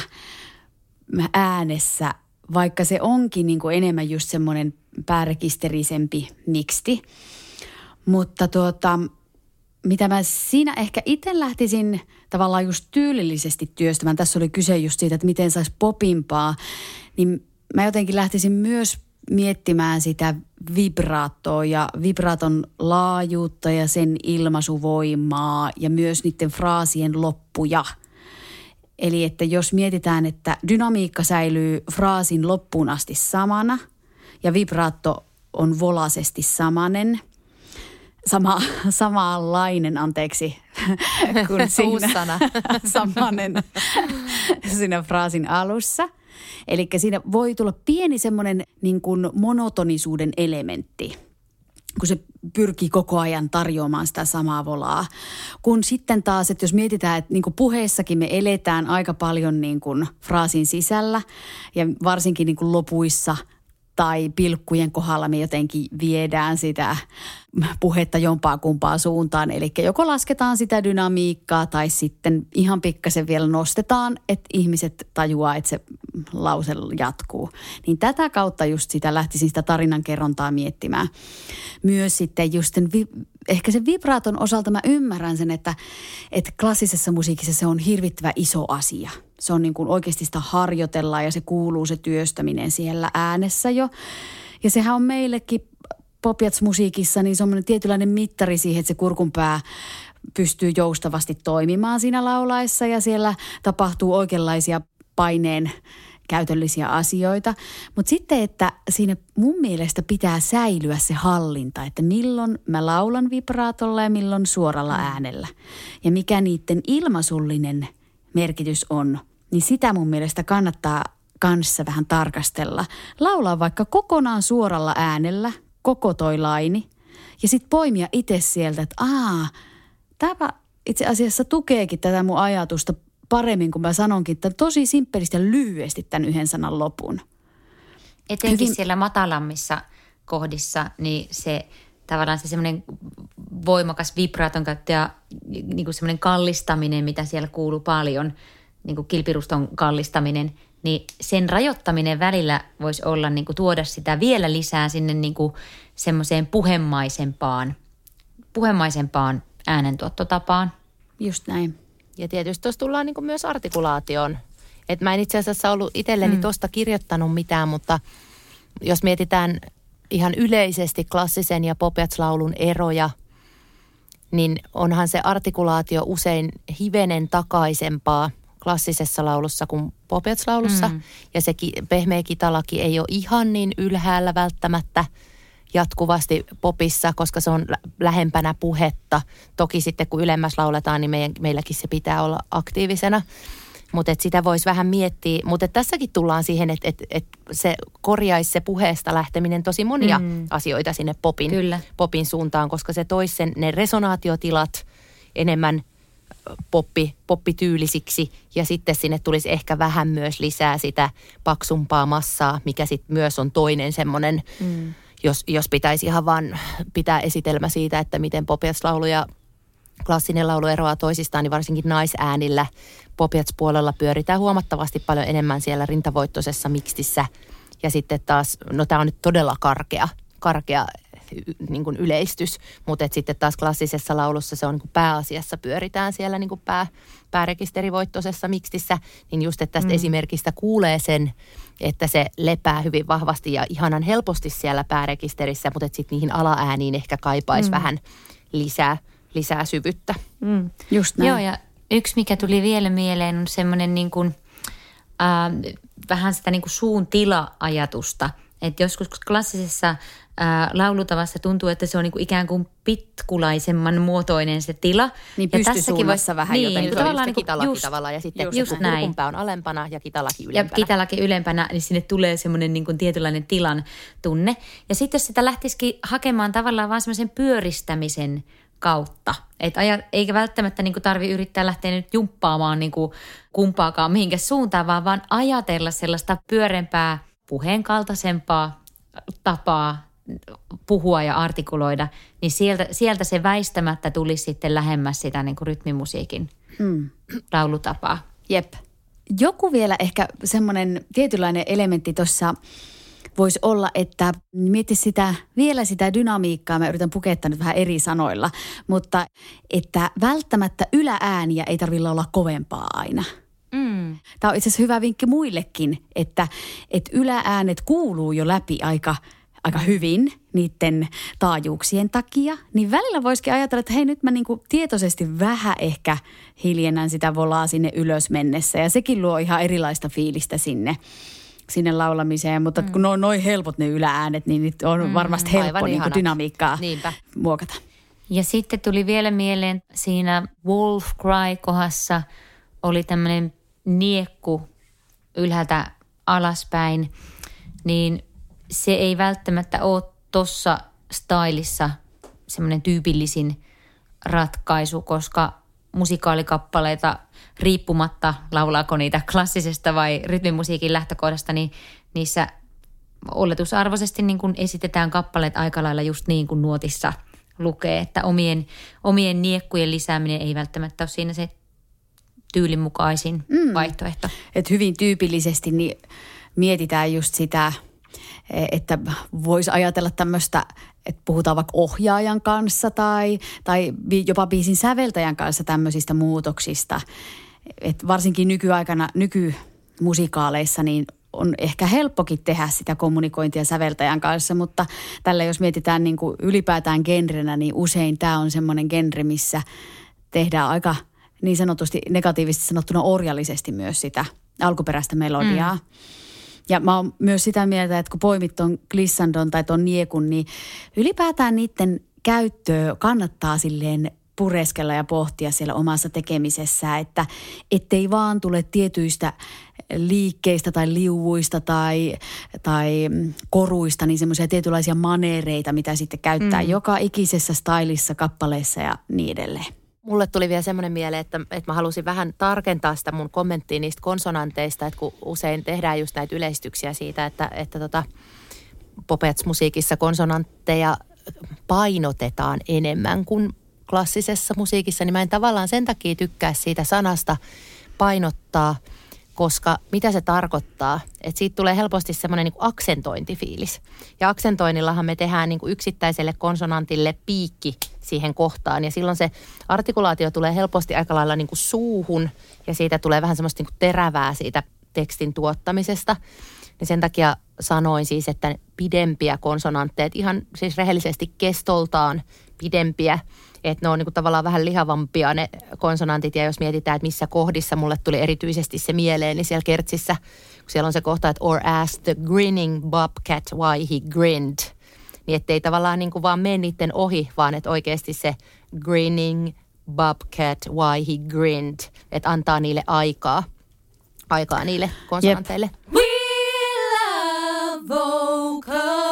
äänessä, vaikka se onkin niin kuin enemmän just semmoinen päärekisterisempi miksti. Mutta mitä mä siinä ehkä itse lähtisin tavallaan just tyylillisesti työstämään, tässä oli kyse just siitä, että miten saisi popimpaa, niin mä jotenkin lähtisin myös miettimään sitä vibraattoa ja vibraaton laajuutta ja sen ilmaisuvoimaa ja myös niiden fraasien loppuja. Eli että jos mietitään, että dynamiikka säilyy fraasin loppuun asti samana ja vibraatto on volaisesti samanen, samanlainen, anteeksi, kuin siinä, samanen siinä fraasin alussa. Eli siinä voi tulla pieni semmoinen niin kuin monotonisuuden elementti, kun se pyrkii koko ajan tarjoamaan sitä samaa volaa. Kun sitten taas, että jos mietitään, että niin kuin puheessakin me eletään aika paljon niin kuin fraasin sisällä ja varsinkin niin kuin lopuissa tai pilkkujen kohdalla me jotenkin viedään sitä puhetta jompaa kumpaa suuntaan. Eli joko lasketaan sitä dynamiikkaa tai sitten ihan pikkasen vielä nostetaan, että ihmiset tajuaa, että se lause jatkuu. Niin tätä kautta just sitä lähtisin sitä tarinankerrontaa miettimään. Myös sitten just ehkä sen vibraaton osalta mä ymmärrän sen, että klassisessa musiikissa se on hirvittävä iso asia. Se on niin kuin oikeasti sitä harjoitellaan ja se kuuluu se työstäminen siellä äänessä jo. Ja sehän on meillekin pop-jazz-musiikissa niin semmoinen tietynlainen mittari siihen, että se kurkunpää pystyy joustavasti toimimaan siinä laulaessa ja siellä tapahtuu oikeanlaisia paineen käytöllisiä asioita. Mutta sitten, että siinä mun mielestä pitää säilyä se hallinta, että milloin mä laulan vibraatolla ja milloin suoralla äänellä. Ja mikä niiden ilmaisullinen merkitys on, niin sitä mun mielestä kannattaa kanssa vähän tarkastella. Laulaa vaikka kokonaan suoralla äänellä, koko toi laini, ja sitten poimia itse sieltä, että tämä itse asiassa tukeekin tätä mun ajatusta paremmin, kun mä sanonkin, että tosi simppelisti ja lyhyesti tämän yhden sanan lopun. Etenkin siellä matalammissa kohdissa, niin se tavallaan se semmoinen voimakas vibraaton käyttö ja niin kuin semmoinen kallistaminen, mitä siellä kuuluu paljon, niin kuin kilpiruston kallistaminen, niin sen rajoittaminen välillä voisi olla niin kuin tuoda sitä vielä lisää sinne niin kuin semmoiseen puhemaisempaan äänentuottotapaan. Just näin. Ja tietysti tuossa tullaan niin kuin myös artikulaatioon. Et mä en itse asiassa ollut itselleni tuosta kirjoittanut mitään, mutta jos mietitään ihan yleisesti klassisen ja pop-jazz-laulun eroja, niin onhan se artikulaatio usein hivenen takaisempaa klassisessa laulussa kuin pop-jazz-laulussa. Ja se pehmeä kitalaki ei ole ihan niin ylhäällä välttämättä jatkuvasti popissa, koska se on lähempänä puhetta. Toki sitten kun ylemmäs lauletaan, niin meilläkin se pitää olla aktiivisena. Mutta sitä voisi vähän miettiä. Mutta tässäkin tullaan siihen, että se korjaisi se puheesta lähteminen tosi monia asioita sinne popin suuntaan, koska se toisi ne resonaatiotilat enemmän poppityylisiksi ja sitten sinne tulisi ehkä vähän myös lisää sitä paksumpaa massaa, mikä sitten myös on toinen semmoinen, jos pitäisi ihan vaan pitää esitelmä siitä, että miten pop-jazz-laulu ja klassinen laulu eroaa toisistaan, niin varsinkin naisäänillä pop-jazz-puolella pyöritään huomattavasti paljon enemmän siellä rintavoittoisessa mikstissä. Ja sitten taas, no tämä on nyt todella karkea niin kuin yleistys, mutta sitten taas klassisessa laulussa se on niin kuin pääasiassa pyöritään siellä niin kuin päärekisterivoittoisessa mikstissä, niin just että tästä esimerkistä kuulee sen, että se lepää hyvin vahvasti ja ihanan helposti siellä päärekisterissä, mutta sitten niihin alaääniin ehkä kaipaisi vähän lisää syvyyttä. Just näin. Joo, ja yksi mikä tuli vielä mieleen on semmoinen niin kuin, vähän sitä niin kuin suun tila-ajatusta. Että joskus klassisessa laulutavassa tuntuu, että se on niin kuin ikään kuin pitkulaisemman muotoinen se tila. Niin pystysuunnassa vähän niin, jotenkin. Tavallaan niin kitalaki tavallaan ja sitten kurkunpää on alempana ja kitalaki ylempänä. Ja kitalaki ylempänä, niin sinne tulee semmoinen niin kuin tietynlainen tilan tunne. Ja sitten jos sitä lähtisikin hakemaan tavallaan vaan semmoisen pyöristämisen kautta. Eikä välttämättä niin tarvitse yrittää lähteä nyt jumppaamaan niin kumpaakaan mihinkä suuntaan, vaan ajatella sellaista pyörempää, puheen kaltaisempaa tapaa puhua ja artikuloida, niin sieltä se väistämättä tuli sitten lähemmäs sitä niin kuin rytmimusiikin laulutapaa. Jep. Joku vielä ehkä semmoinen tietynlainen elementti tuossa voisi olla, että mieti vielä sitä dynamiikkaa, mä yritän pukettaa nyt vähän eri sanoilla, mutta että välttämättä yläääniä ei tarvitse olla kovempaa aina. Tämä on itse asiassa hyvä vinkki muillekin, että ylääänet kuuluu jo läpi aika hyvin niiden taajuuksien takia, niin välillä voisikin ajatella, että hei nyt mä niinku tietoisesti vähän ehkä hiljennän sitä volaa sinne ylös mennessä ja sekin luo ihan erilaista fiilistä sinne laulamiseen, mutta kun ne on noin helpot ne ylääänet, niin nyt on varmasti helppo niin kuin dynamiikkaa muokata. Ja sitten tuli vielä mieleen siinä Wolf Cry-kohdassa oli tämmöinen niekku ylhäältä alaspäin, niin se ei välttämättä ole tuossa stylissa semmoinen tyypillisin ratkaisu, koska musikaalikappaleita riippumatta, laulaako niitä klassisesta vai rytmimusiikin lähtökohdasta, niin niissä oletusarvoisesti niin kuin esitetään kappaleet aika lailla just niin kuin nuotissa lukee, että omien niekkujen lisääminen ei välttämättä ole siinä se tyylin mukaisin vaihtoehto. Et hyvin tyypillisesti niin mietitään just sitä, että voisi ajatella tämmöistä, että puhutaan vaikka ohjaajan kanssa tai jopa biisin säveltäjän kanssa tämmöisistä muutoksista. Et varsinkin nykyaikana, nykymusikaaleissa niin on ehkä helppokin tehdä sitä kommunikointia säveltäjän kanssa, mutta tällä jos mietitään niin kuin ylipäätään genrenä, niin usein tämä on semmoinen genre, missä tehdään aika niin sanotusti negatiivisesti sanottuna orjallisesti myös sitä alkuperäistä melodiaa. Ja mä oon myös sitä mieltä, että kun poimit ton glissandon tai ton niekun, niin ylipäätään niiden käyttöä kannattaa silleen pureskella ja pohtia siellä omassa tekemisessä, että ettei vaan tule tietyistä liikkeistä tai liuvuista tai koruista niin semmoisia tietynlaisia maneereita, mitä sitten käyttää joka ikisessä stylissa, kappaleessa ja niin edelleen. Mulle tuli vielä semmoinen mieleen, että mä halusin vähän tarkentaa sitä mun kommenttia niistä konsonanteista, että kun usein tehdään just näitä yleistyksiä siitä, että Popeats-musiikissa konsonantteja painotetaan enemmän kuin klassisessa musiikissa, niin mä en tavallaan sen takia tykkää siitä sanasta painottaa, koska mitä se tarkoittaa? Että siitä tulee helposti semmoinen niin kuin aksentointifiilis. Ja aksentoinnillahan me tehdään niin kuin yksittäiselle konsonantille piikki siihen kohtaan. Ja silloin se artikulaatio tulee helposti aika lailla niin kuin suuhun ja siitä tulee vähän semmoista niin kuin terävää siitä tekstin tuottamisesta. Ja sen takia sanoin siis, että pidempiä konsonantteja, ihan siis rehellisesti kestoltaan pidempiä, että ne on niin kuin tavallaan vähän lihavampia ne konsonantit, ja jos mietitään, että missä kohdissa mulle tuli erityisesti se mieleen, niin siellä kertsissä, kun siellä on se kohta, että or ask the grinning bobcat why he grinned, niin ettei tavallaan niin kuin vaan mene niiden ohi, vaan että oikeasti se grinning bobcat why he grinned, että antaa niille aikaa niille konsonanteille. We love vocals.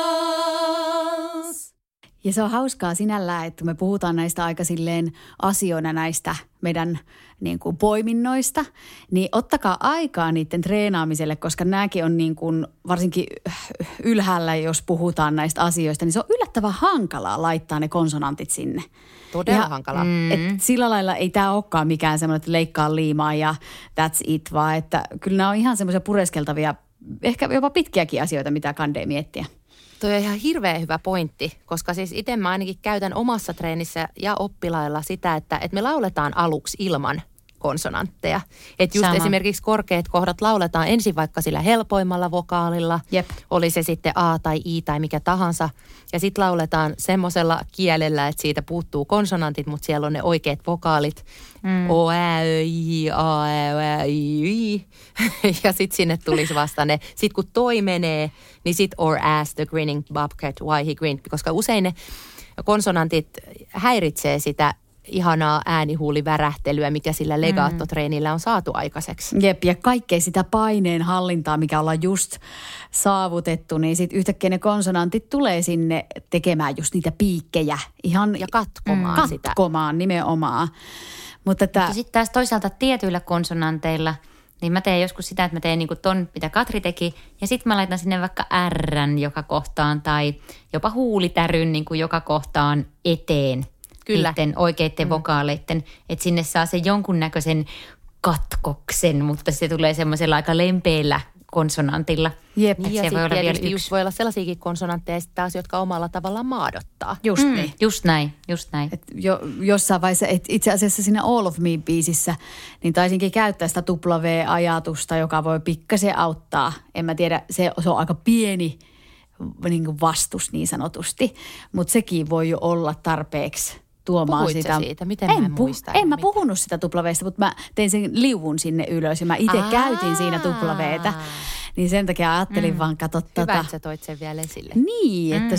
Ja se on hauskaa sinällään, että me puhutaan näistä aika silleen asioina näistä meidän niin kuin poiminnoista, niin ottakaa aikaa niiden treenaamiselle, koska nämäkin on niin kuin, varsinkin ylhäällä, jos puhutaan näistä asioista, niin se on yllättävän hankalaa laittaa ne konsonantit sinne. Todella hankalaa. Sillä lailla ei tämä olekaan mikään semmoinen, että leikkaa liimaa ja that's it, vaan että kyllä nämä on ihan semmoisia pureskeltavia, ehkä jopa pitkiäkin asioita, mitä kandee miettiä. Toi on ihan hirveän hyvä pointti, koska siis itse mä ainakin käytän omassa treenissä ja oppilailla sitä, että me lauletaan aluksi ilman konsonantteja. Että just esimerkiksi korkeat kohdat lauletaan ensin vaikka sillä helpoimmalla vokaalilla, oli se sitten A tai I tai mikä tahansa. Ja sitten lauletaan semmoisella kielellä, että siitä puuttuu konsonantit, mutta siellä on ne oikeat vokaalit. O, Ä, Ö, J, A, Ä, I. Ja sitten sinne tulisi vasta ne. Sitten kun toi menee, niin sitten or ask the grinning bobcat why he grinned. Koska usein ne konsonantit häiritsee sitä ihanaa äänihuulivärähtelyä, mikä sillä legaattotreenillä on saatu aikaiseksi. Jep, ja kaikkea sitä paineen hallintaa, mikä ollaan just saavutettu, niin sitten yhtäkkiä ne konsonantit tulee sinne tekemään just niitä piikkejä. Ihan ja katkomaan sitä. Katkomaan nimenomaan. Mutta sitten taas toisaalta tietyillä konsonanteilla, niin mä teen joskus sitä, että mä teen niinku ton, mitä Katri teki, ja sitten mä laitan sinne vaikka R:n joka kohtaan, tai jopa huulitäryn niinku joka kohtaan eteen. Kyllä. Niiden oikeiden vokaaleiden, että sinne saa sen jonkunnäköisen katkoksen, mutta se tulee semmoisella aika lempeällä konsonantilla. Jep. Niin, ja sitten tietysti just voi olla sellaisiakin konsonantteja taas, jotka omalla tavallaan maadottaa. Just niin. Just näin. Et jossain vaiheessa, itse asiassa siinä All of Me-biisissä, niin taisinkin käyttää sitä W-ajatusta, joka voi pikkasen auttaa. En mä tiedä, se on aika pieni niin kuin vastus niin sanotusti, mutta sekin voi jo olla tarpeeksi tuomaan Puhuit sitä. Siitä? Miten mä en muista? En mä puhunut sitä W-stä, mutta mä tein sen liuvun sinne ylös ja mä itse käytin siinä W-tä. Niin sen takia ajattelin vaan Hyvä, että sä toit sen vielä esille. Niin, että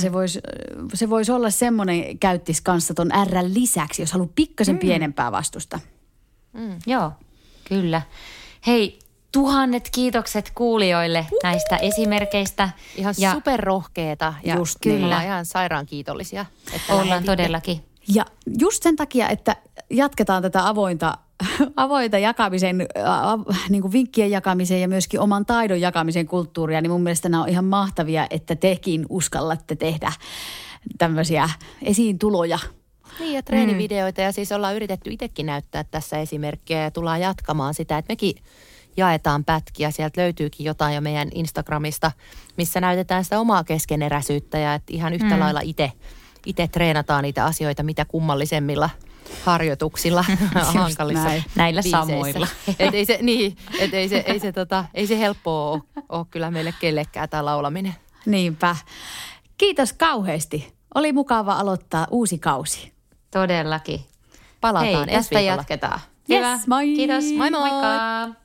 se voisi olla semmoinen käyttis kanssa ton R:n lisäksi, jos haluaa pikkasen pienempää vastusta. Joo, kyllä. Hei, 1000 kiitokset kuulijoille näistä esimerkeistä. Ihan superrohkeeta ja just kyllä. Ihan sairaan kiitollisia. Että ollaan todellakin. Ja just sen takia, että jatketaan tätä avointa avointa jakamisen, niin kuin vinkkien jakamisen ja myöskin oman taidon jakamisen kulttuuria, niin mun mielestä nämä on ihan mahtavia, että tekin uskallatte tehdä tämmöisiä esiintuloja. Niin, ja treenivideoita ja siis ollaan yritetty itsekin näyttää tässä esimerkkejä ja tullaan jatkamaan sitä, että mekin jaetaan pätkiä. Sieltä löytyykin jotain jo meidän Instagramista, missä näytetään sitä omaa keskeneräisyyttä ja että ihan yhtä lailla itse treenataan niitä asioita, mitä kummallisemmilla harjoituksilla, hankalissa näillä biiseissä. samoilla. Et ei se helppoa ole kyllä meille kellekään tämä laulaminen. Niinpä. Kiitos kauheasti. Oli mukava aloittaa uusi kausi. Todellakin. Palataan Hei, ensi tästä viikolla. jatketaan. Yes, Hyvä. moi. Kiitos. Moi moi. Moikka.